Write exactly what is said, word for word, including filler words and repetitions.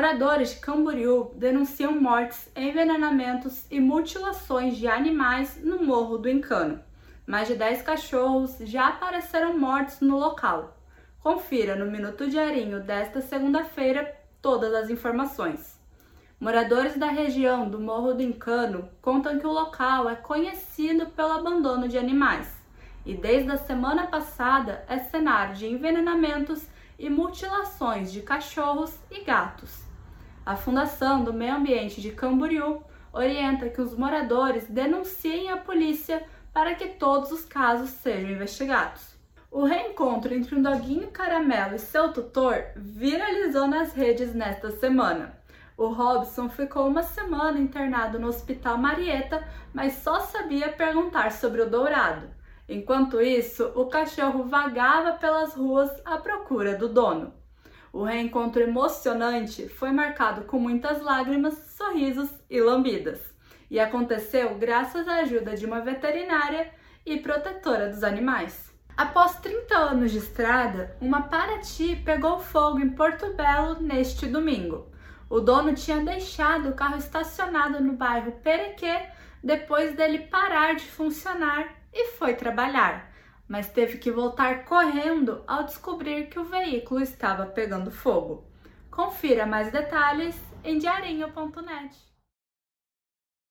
Moradores de Camboriú denunciam mortes, envenenamentos e mutilações de animais no Morro do Encano. Mais de dez cachorros já apareceram mortos no local. Confira no Minuto Diarinho desta segunda-feira todas as informações. Moradores da região do Morro do Encano contam que o local é conhecido pelo abandono de animais e desde a semana passada é cenário de envenenamentos e mutilações de cachorros e gatos. A Fundação do Meio Ambiente de Camboriú orienta que os moradores denunciem a polícia para que todos os casos sejam investigados. O reencontro entre um doguinho caramelo e seu tutor viralizou nas redes nesta semana. O Robson ficou uma semana internado no Hospital Marieta, mas só sabia perguntar sobre o dourado. Enquanto isso, o cachorro vagava pelas ruas à procura do dono. O reencontro emocionante foi marcado com muitas lágrimas, sorrisos e lambidas. E aconteceu graças à ajuda de uma veterinária e protetora dos animais. Após trinta anos de estrada, uma Paraty pegou fogo em Porto Belo neste domingo. O dono tinha deixado o carro estacionado no bairro Perequê depois dele parar de funcionar e foi trabalhar, mas teve que voltar correndo ao descobrir que o veículo estava pegando fogo. Confira mais detalhes em diarinho ponto net.